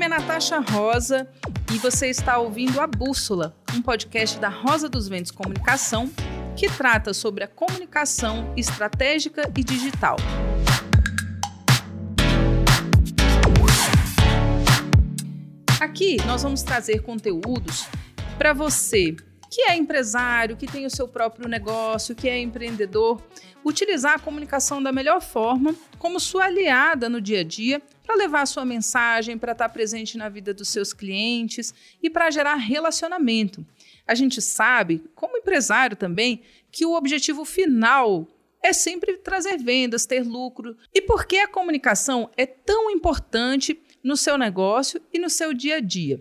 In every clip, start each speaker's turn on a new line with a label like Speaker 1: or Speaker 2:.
Speaker 1: é Natasha Rosa e você está ouvindo A Bússola, um podcast da Rosa dos Ventos Comunicação que trata sobre a comunicação estratégica e digital. Aqui nós vamos trazer conteúdos para você que é empresário, que tem o seu próprio negócio, que é empreendedor, utilizar a comunicação da melhor forma, como sua aliada no dia a dia, para levar a sua mensagem, para estar presente na vida dos seus clientes e para gerar relacionamento. A gente sabe, como empresário também, que o objetivo final é sempre trazer vendas, ter lucro. E por que a comunicação é tão importante no seu negócio e no seu dia a dia?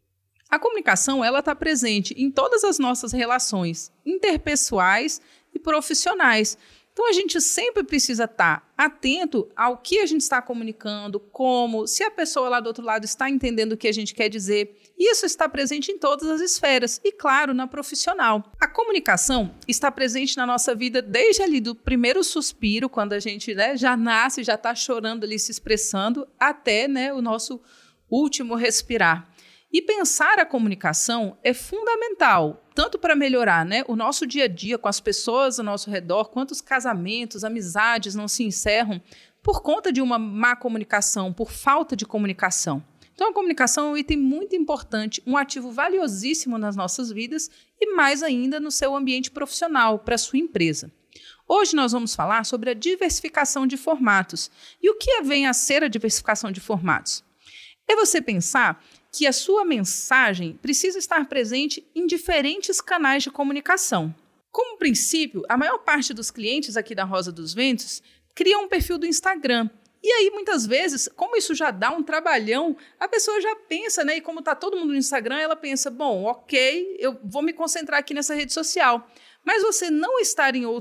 Speaker 1: A comunicação ela está presente em todas as nossas relações interpessoais e profissionais. Então, a gente sempre precisa estar atento ao que a gente está comunicando, como, se a pessoa lá do outro lado está entendendo o que a gente quer dizer. Isso está presente em todas as esferas e, claro, na profissional. A comunicação está presente na nossa vida desde ali do primeiro suspiro, quando a gente já nasce, já está chorando ali, se expressando, até o nosso último respirar. E pensar a comunicação é fundamental, tanto para melhorar o nosso dia a dia com as pessoas ao nosso redor, quanto os casamentos, amizades não se encerram por conta de uma má comunicação, por falta de comunicação. Então, a comunicação é um item muito importante, um ativo valiosíssimo nas nossas vidas e mais ainda no seu ambiente profissional, para a sua empresa. Hoje nós vamos falar sobre a diversificação de formatos. E o que vem a ser a diversificação de formatos? É você pensar que a sua mensagem precisa estar presente em diferentes canais de comunicação. Como princípio, a maior parte dos clientes aqui da Rosa dos Ventos cria um perfil do Instagram. E aí, muitas vezes, como isso já dá um trabalhão, a pessoa já pensa, e como está todo mundo no Instagram, ela pensa, bom, ok, eu vou me concentrar aqui nessa rede social. Mas você não estar em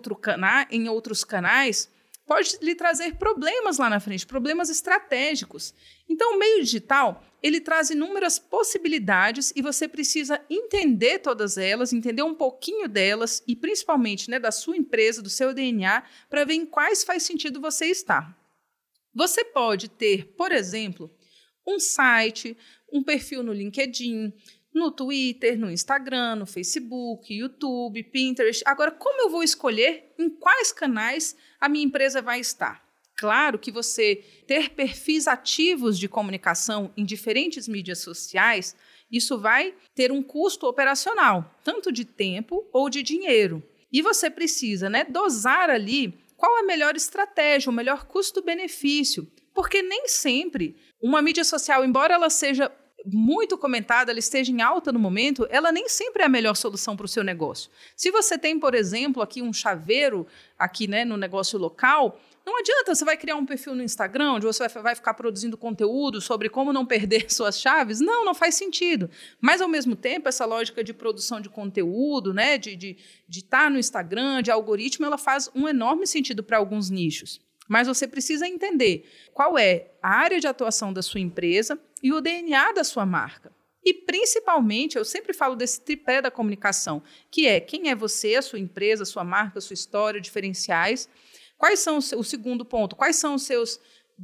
Speaker 1: outros canais pode lhe trazer problemas lá na frente, problemas estratégicos. Então, o meio digital, ele traz inúmeras possibilidades e você precisa entender todas elas, entender um pouquinho delas e principalmente da sua empresa, do seu DNA, para ver em quais faz sentido você estar. Você pode ter, por exemplo, um site, um perfil no LinkedIn, no Twitter, no Instagram, no Facebook, YouTube, Pinterest. Agora, como eu vou escolher em quais canais a minha empresa vai estar? Claro que você ter perfis ativos de comunicação em diferentes mídias sociais, isso vai ter um custo operacional, tanto de tempo ou de dinheiro. E você precisa dosar ali qual é a melhor estratégia, o melhor custo-benefício, porque nem sempre uma mídia social, embora ela seja muito comentada, ela esteja em alta no momento, ela nem sempre é a melhor solução para o seu negócio. Se você tem, por exemplo, aqui um chaveiro aqui, no negócio local, não adianta, você vai criar um perfil no Instagram onde você vai ficar produzindo conteúdo sobre como não perder suas chaves? Não faz sentido. Mas, ao mesmo tempo, essa lógica de produção de conteúdo, de estar no Instagram, de algoritmo, ela faz um enorme sentido para alguns nichos. Mas você precisa entender qual é a área de atuação da sua empresa e o DNA da sua marca. E, principalmente, eu sempre falo desse tripé da comunicação, que é quem é você, a sua empresa, a sua marca, a sua história, diferenciais. Quais são o segundo ponto? Quais são os seus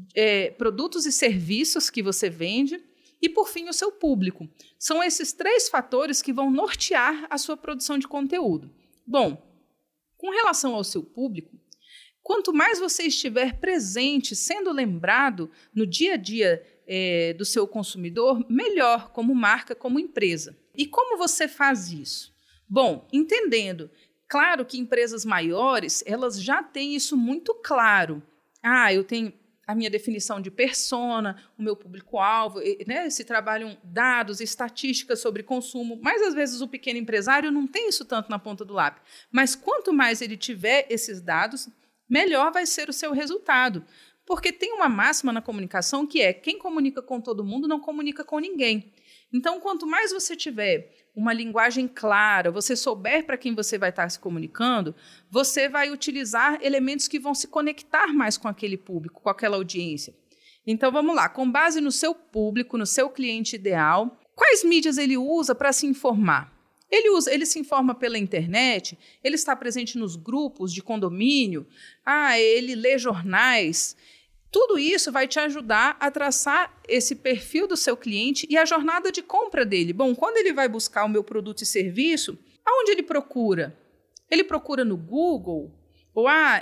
Speaker 1: produtos e serviços que você vende? E, por fim, o seu público. São esses três fatores que vão nortear a sua produção de conteúdo. Bom, com relação ao seu público, quanto mais você estiver presente, sendo lembrado no dia a dia do seu consumidor, melhor como marca, como empresa. E como você faz isso? Bom, entendendo. Claro que empresas maiores, elas já têm isso muito claro. Eu tenho a minha definição de persona, o meu público-alvo, se trabalham dados, estatísticas sobre consumo, mas às vezes o pequeno empresário não tem isso tanto na ponta do lápis. Mas quanto mais ele tiver esses dados, melhor vai ser o seu resultado. Porque tem uma máxima na comunicação que é quem comunica com todo mundo não comunica com ninguém. Então, quanto mais você tiver uma linguagem clara, você souber para quem você vai estar se comunicando, você vai utilizar elementos que vão se conectar mais com aquele público, com aquela audiência. Então, vamos lá. Com base no seu público, no seu cliente ideal, quais mídias ele usa para se informar? Ele se informa pela internet, ele está presente nos grupos de condomínio, ele lê jornais. Tudo isso vai te ajudar a traçar esse perfil do seu cliente e a jornada de compra dele. Bom, quando ele vai buscar o meu produto e serviço, aonde ele procura? Ele procura no Google? Ou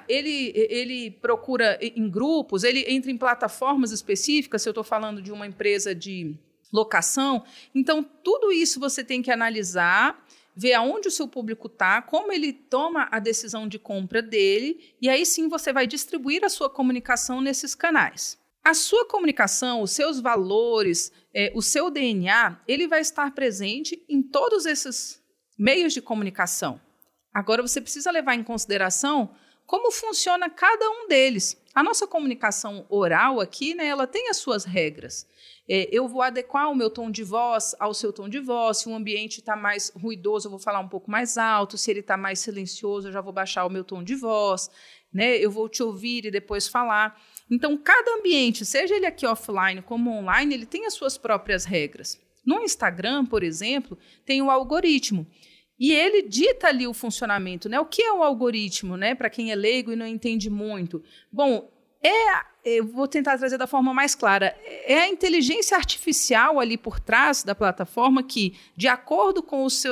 Speaker 1: ele procura em grupos? Ele entra em plataformas específicas? Se eu estou falando de uma empresa de locação. Então, tudo isso você tem que analisar, ver aonde o seu público está, como ele toma a decisão de compra dele, e aí sim você vai distribuir a sua comunicação nesses canais. A sua comunicação, os seus valores, o seu DNA, ele vai estar presente em todos esses meios de comunicação. Agora você precisa levar em consideração como funciona cada um deles. A nossa comunicação oral aqui, né, ela tem as suas regras. Eu vou adequar o meu tom de voz ao seu tom de voz. Se o ambiente está mais ruidoso, eu vou falar um pouco mais alto. Se ele está mais silencioso, eu já vou baixar o meu tom de voz. Né? Eu vou te ouvir e depois falar. Então, cada ambiente, seja ele aqui offline como online, ele tem as suas próprias regras. No Instagram, por exemplo, tem o algoritmo. E ele dita ali o funcionamento, né? O que é o algoritmo, né? Para quem é leigo e não entende muito. Bom, eu vou tentar trazer da forma mais clara. É a inteligência artificial ali por trás da plataforma que, de acordo com os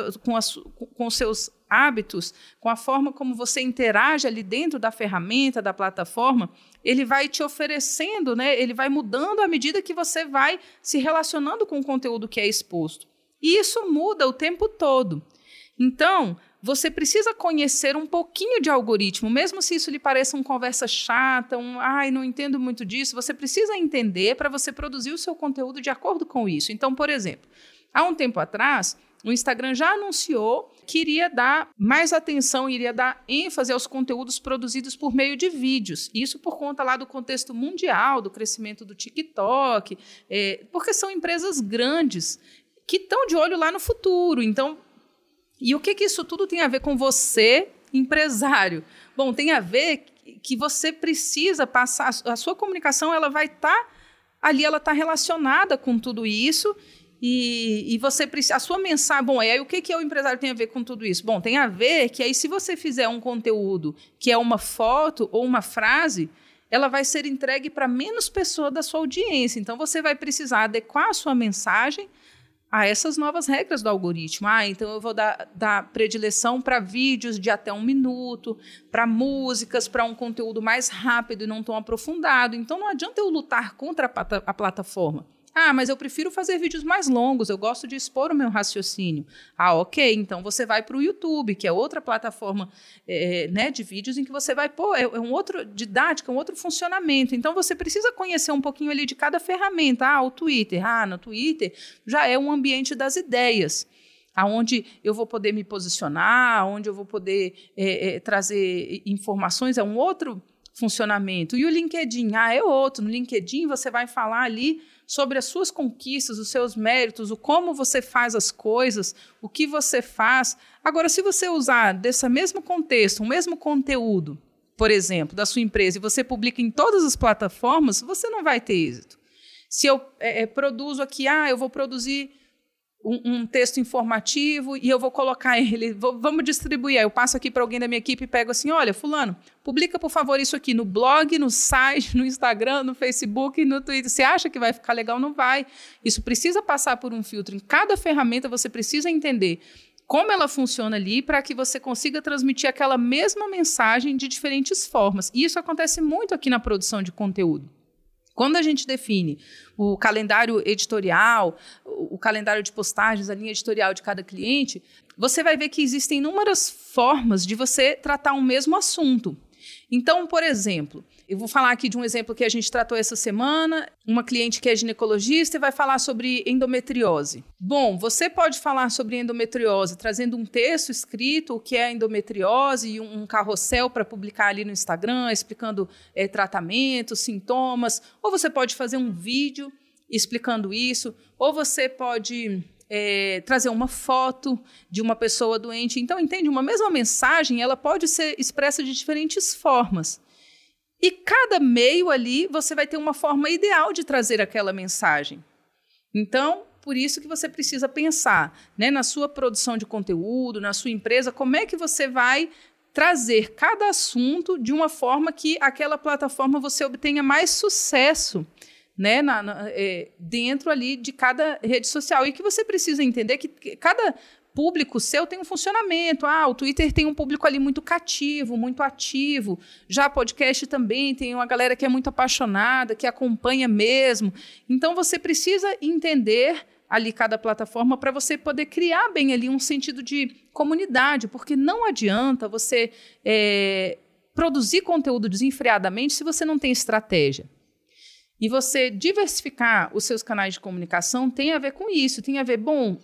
Speaker 1: seus hábitos, com a forma como você interage ali dentro da ferramenta, da plataforma, ele vai te oferecendo, né? Ele vai mudando à medida que você vai se relacionando com o conteúdo que é exposto. E isso muda o tempo todo. Então, você precisa conhecer um pouquinho de algoritmo, mesmo se isso lhe pareça uma conversa chata, não entendo muito disso, você precisa entender para você produzir o seu conteúdo de acordo com isso. Então, por exemplo, há um tempo atrás, o Instagram já anunciou que iria dar mais atenção, iria dar ênfase aos conteúdos produzidos por meio de vídeos. Isso por conta lá do contexto mundial, do crescimento do TikTok, porque são empresas grandes que estão de olho lá no futuro. Então, e o que isso tudo tem a ver com você, empresário? Bom, tem a ver que você precisa passar, a sua comunicação ela vai estar ali, ela está relacionada com tudo isso e você precisa, a sua mensagem, bom, aí o que o empresário tem a ver com tudo isso? Bom, tem a ver que aí se você fizer um conteúdo que é uma foto ou uma frase, ela vai ser entregue para menos pessoas da sua audiência. Então, você vai precisar adequar a sua mensagem a essas novas regras do algoritmo. Então eu vou dar predileção para vídeos de até 1 minuto, para músicas, para um conteúdo mais rápido e não tão aprofundado. Então não adianta eu lutar contra a plataforma. Mas eu prefiro fazer vídeos mais longos, eu gosto de expor o meu raciocínio. Ok, então você vai para o YouTube, que é outra plataforma né, de vídeos em que você vai pôr, é um outro didática, um outro funcionamento. Então você precisa conhecer um pouquinho ali de cada ferramenta. O Twitter, no Twitter já é um ambiente das ideias, onde eu vou poder me posicionar, onde eu vou poder trazer informações, é um outro funcionamento. E o LinkedIn, é outro. No LinkedIn você vai falar ali sobre as suas conquistas, os seus méritos, o como você faz as coisas, o que você faz. Agora, se você usar desse mesmo contexto, o mesmo conteúdo, por exemplo, da sua empresa, e você publica em todas as plataformas, você não vai ter êxito. Se eu produzo aqui, eu vou produzir um texto informativo e eu vou colocar ele, vamos distribuir. Aí eu passo aqui para alguém da minha equipe e pego assim, olha, fulano, publica, por favor, isso aqui no blog, no site, no Instagram, no Facebook, no Twitter. Você acha que vai ficar legal? Não vai. Isso precisa passar por um filtro. Em cada ferramenta você precisa entender como ela funciona ali para que você consiga transmitir aquela mesma mensagem de diferentes formas. E isso acontece muito aqui na produção de conteúdo. Quando a gente define o calendário editorial, o calendário de postagens, a linha editorial de cada cliente, você vai ver que existem inúmeras formas de você tratar um mesmo assunto. Então, por exemplo, eu vou falar aqui de um exemplo que a gente tratou essa semana, uma cliente que é ginecologista e vai falar sobre endometriose. Bom, você pode falar sobre endometriose trazendo um texto escrito, o que é endometriose, e um carrossel para publicar ali no Instagram, explicando tratamentos, sintomas, ou você pode fazer um vídeo explicando isso, ou você pode trazer uma foto de uma pessoa doente. Então, entende? Uma mesma mensagem, ela pode ser expressa de diferentes formas. E cada meio ali, você vai ter uma forma ideal de trazer aquela mensagem. Então, por isso que você precisa pensar, né, na sua produção de conteúdo, na sua empresa, como é que você vai trazer cada assunto de uma forma que aquela plataforma você obtenha mais sucesso, né, dentro ali de cada rede social. E que você precisa entender que cada público seu tem um funcionamento. O Twitter tem um público ali muito cativo, muito ativo. Já podcast também tem uma galera que é muito apaixonada, que acompanha mesmo. Então, você precisa entender ali cada plataforma para você poder criar bem ali um sentido de comunidade, porque não adianta você produzir conteúdo desenfreadamente se você não tem estratégia. E você diversificar os seus canais de comunicação tem a ver com isso, tem a ver,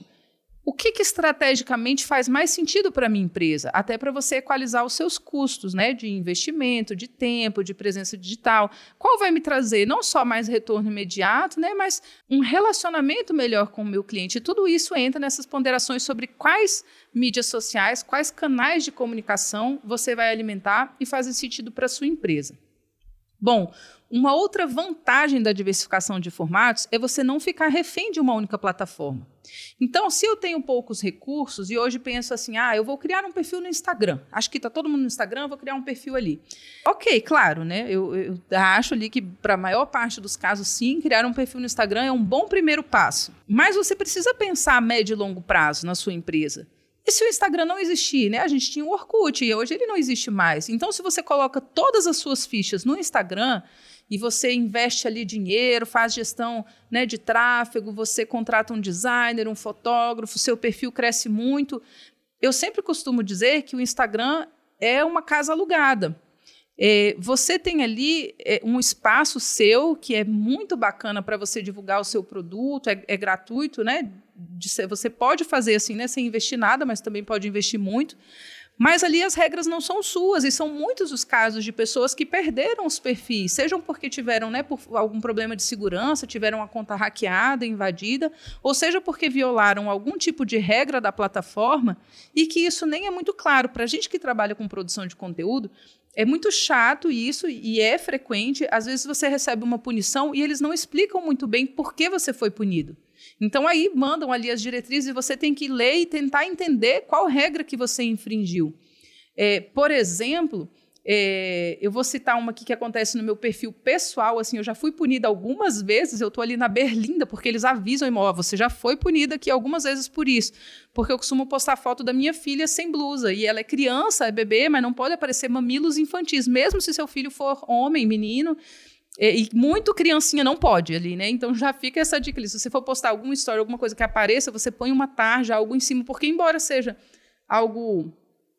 Speaker 1: o que estrategicamente faz mais sentido para a minha empresa? Até para você equalizar os seus custos, né, de investimento, de tempo, de presença digital. Qual vai me trazer não só mais retorno imediato, né, mas um relacionamento melhor com o meu cliente? E tudo isso entra nessas ponderações sobre quais mídias sociais, quais canais de comunicação você vai alimentar e fazem sentido para a sua empresa. Bom, uma outra vantagem da diversificação de formatos é você não ficar refém de uma única plataforma. Então, se eu tenho poucos recursos e hoje penso assim, eu vou criar um perfil no Instagram. Acho que está todo mundo no Instagram, vou criar um perfil ali. Ok, claro, né? Eu acho ali que para a maior parte dos casos, sim, criar um perfil no Instagram é um bom primeiro passo. Mas você precisa pensar a médio e longo prazo na sua empresa. E se o Instagram não existir, né? A gente tinha o Orkut e hoje ele não existe mais. Então, se você coloca todas as suas fichas no Instagram e você investe ali dinheiro, faz gestão, né, de tráfego, você contrata um designer, um fotógrafo, seu perfil cresce muito. Eu sempre costumo dizer que o Instagram é uma casa alugada. Você tem ali um espaço seu que é muito bacana para você divulgar o seu produto, é gratuito, né? Você pode fazer assim, né, sem investir nada, mas também pode investir muito. Mas ali as regras não são suas e são muitos os casos de pessoas que perderam os perfis, sejam porque tiveram, né, por algum problema de segurança, tiveram a conta hackeada, invadida, ou seja porque violaram algum tipo de regra da plataforma e que isso nem é muito claro. Para a gente que trabalha com produção de conteúdo, é muito chato isso e é frequente. Às vezes você recebe uma punição e eles não explicam muito bem por que você foi punido. Então, aí mandam ali as diretrizes e você tem que ler e tentar entender qual regra que você infringiu. Por exemplo, eu vou citar uma aqui que acontece no meu perfil pessoal. Assim, eu já fui punida algumas vezes, eu estou ali na Berlinda, porque eles avisam, você já foi punida aqui algumas vezes por isso. Porque eu costumo postar foto da minha filha sem blusa, e ela é criança, é bebê, mas não pode aparecer mamilos infantis, mesmo se seu filho for homem, menino. E muito criancinha não pode ali, né? Então já fica essa dica ali. Se você for postar alguma história, alguma coisa que apareça, você põe uma tarja, algo em cima, porque embora seja algo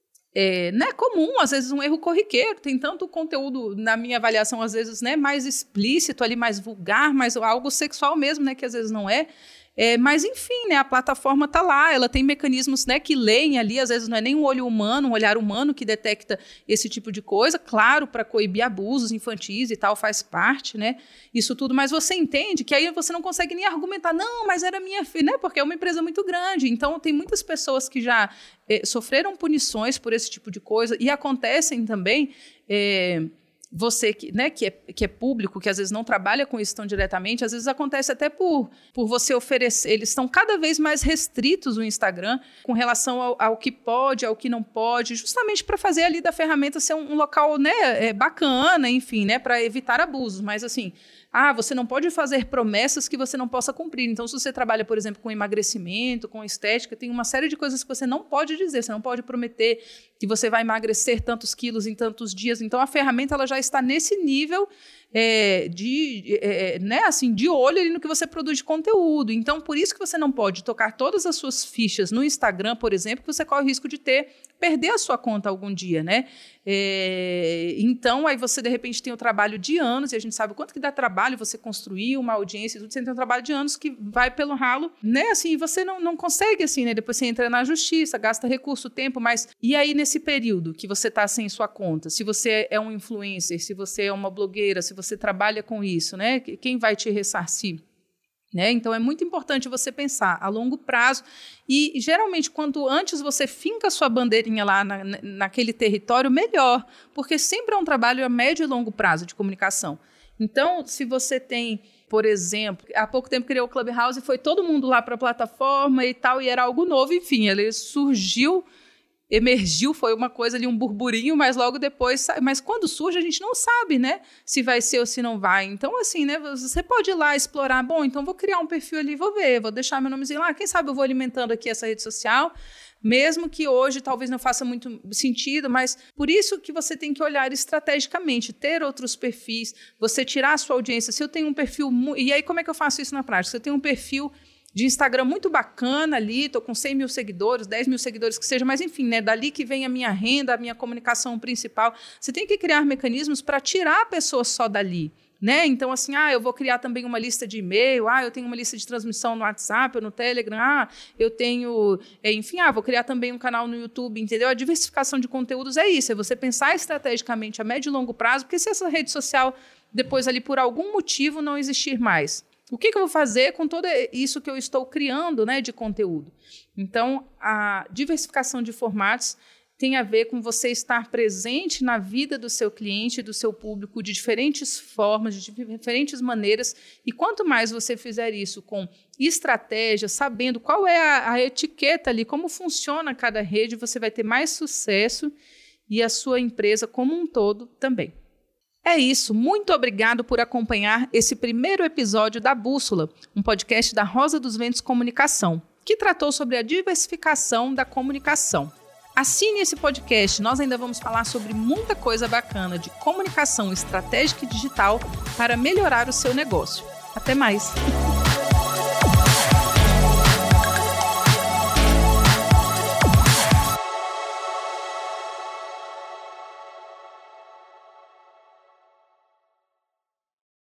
Speaker 1: né, comum, às vezes um erro corriqueiro, tem tanto conteúdo, na minha avaliação, às vezes, né, mais explícito ali, mais vulgar, mais algo sexual mesmo, né, que às vezes não é. Mas, enfim, né, a plataforma está lá, ela tem mecanismos, né, que leem ali, às vezes não é nem um olho humano, um olhar humano que detecta esse tipo de coisa, claro, para coibir abusos infantis e tal, faz parte, né, isso tudo, mas você entende que aí você não consegue nem argumentar, não, mas era minha filha, né, porque é uma empresa muito grande, então tem muitas pessoas que já sofreram punições por esse tipo de coisa e acontecem também... Você né, que é público, que às vezes não trabalha com isso tão diretamente, às vezes acontece até por você oferecer. Eles estão cada vez mais restritos no Instagram com relação ao que pode, ao que não pode, justamente para fazer ali da ferramenta ser um local, né, bacana, enfim, né, para evitar abusos. Mas assim, você não pode fazer promessas que você não possa cumprir. Então, se você trabalha, por exemplo, com emagrecimento, com estética, tem uma série de coisas que você não pode dizer. Você não pode prometer que você vai emagrecer tantos quilos em tantos dias. Então, a ferramenta ela já está nesse nível né, assim, de olho ali no que você produz de conteúdo. Então, por isso que você não pode tocar todas as suas fichas no Instagram, por exemplo, que você corre o risco de perder a sua conta algum dia, né? Então, aí você, de repente, tem o trabalho de anos, e a gente sabe o quanto que dá trabalho você construir uma audiência e tudo, você tem um trabalho de anos que vai pelo ralo, né? Assim, você não consegue, assim, né? Depois você entra na justiça, gasta recurso, tempo, mas... E aí, nesse período que você está sem sua conta, se você é um influencer, se você é uma blogueira, se você trabalha com isso, né? Quem vai te ressarcir? Né? Então, é muito importante você pensar a longo prazo e, geralmente, quanto antes você finca a sua bandeirinha lá naquele território, melhor, porque sempre é um trabalho a médio e longo prazo de comunicação. Então, se você tem, por exemplo, há pouco tempo criou o Clubhouse e foi todo mundo lá para a plataforma e tal, e era algo novo, enfim, ele surgiu emergiu, foi uma coisa ali, um burburinho, mas logo depois, mas quando surge a gente não sabe, né, se vai ser ou se não vai. Então assim, né, você pode ir lá explorar, bom, então vou criar um perfil ali, vou ver, vou deixar meu nomezinho lá, quem sabe eu vou alimentando aqui essa rede social, mesmo que hoje talvez não faça muito sentido, mas por isso que você tem que olhar estrategicamente, ter outros perfis, você tirar a sua audiência. Se eu tenho um perfil, e aí como é que eu faço isso na prática? Se eu tenho um perfil de Instagram muito bacana ali, estou com 100 mil seguidores, 10 mil seguidores que seja, mas enfim, né, dali que vem a minha renda, a minha comunicação principal. Você tem que criar mecanismos para tirar a pessoa só dali, né? Então, assim, eu vou criar também uma lista de e-mail, eu tenho uma lista de transmissão no WhatsApp ou no Telegram, eu tenho, enfim, vou criar também um canal no YouTube, entendeu? A diversificação de conteúdos é isso, é você pensar estrategicamente a médio e longo prazo, porque se essa rede social depois ali por algum motivo não existir mais, o que eu vou fazer com tudo isso que eu estou criando, né, de conteúdo? Então, a diversificação de formatos tem a ver com você estar presente na vida do seu cliente, do seu público, de diferentes formas, de diferentes maneiras. E quanto mais você fizer isso com estratégia, sabendo qual é a etiqueta ali, como funciona cada rede, você vai ter mais sucesso e a sua empresa como um todo também. É isso, muito obrigado por acompanhar esse primeiro episódio da Bússola, um podcast da Rosa dos Ventos Comunicação, que tratou sobre a diversificação da comunicação. Assine esse podcast, nós ainda vamos falar sobre muita coisa bacana de comunicação estratégica e digital para melhorar o seu negócio. Até mais!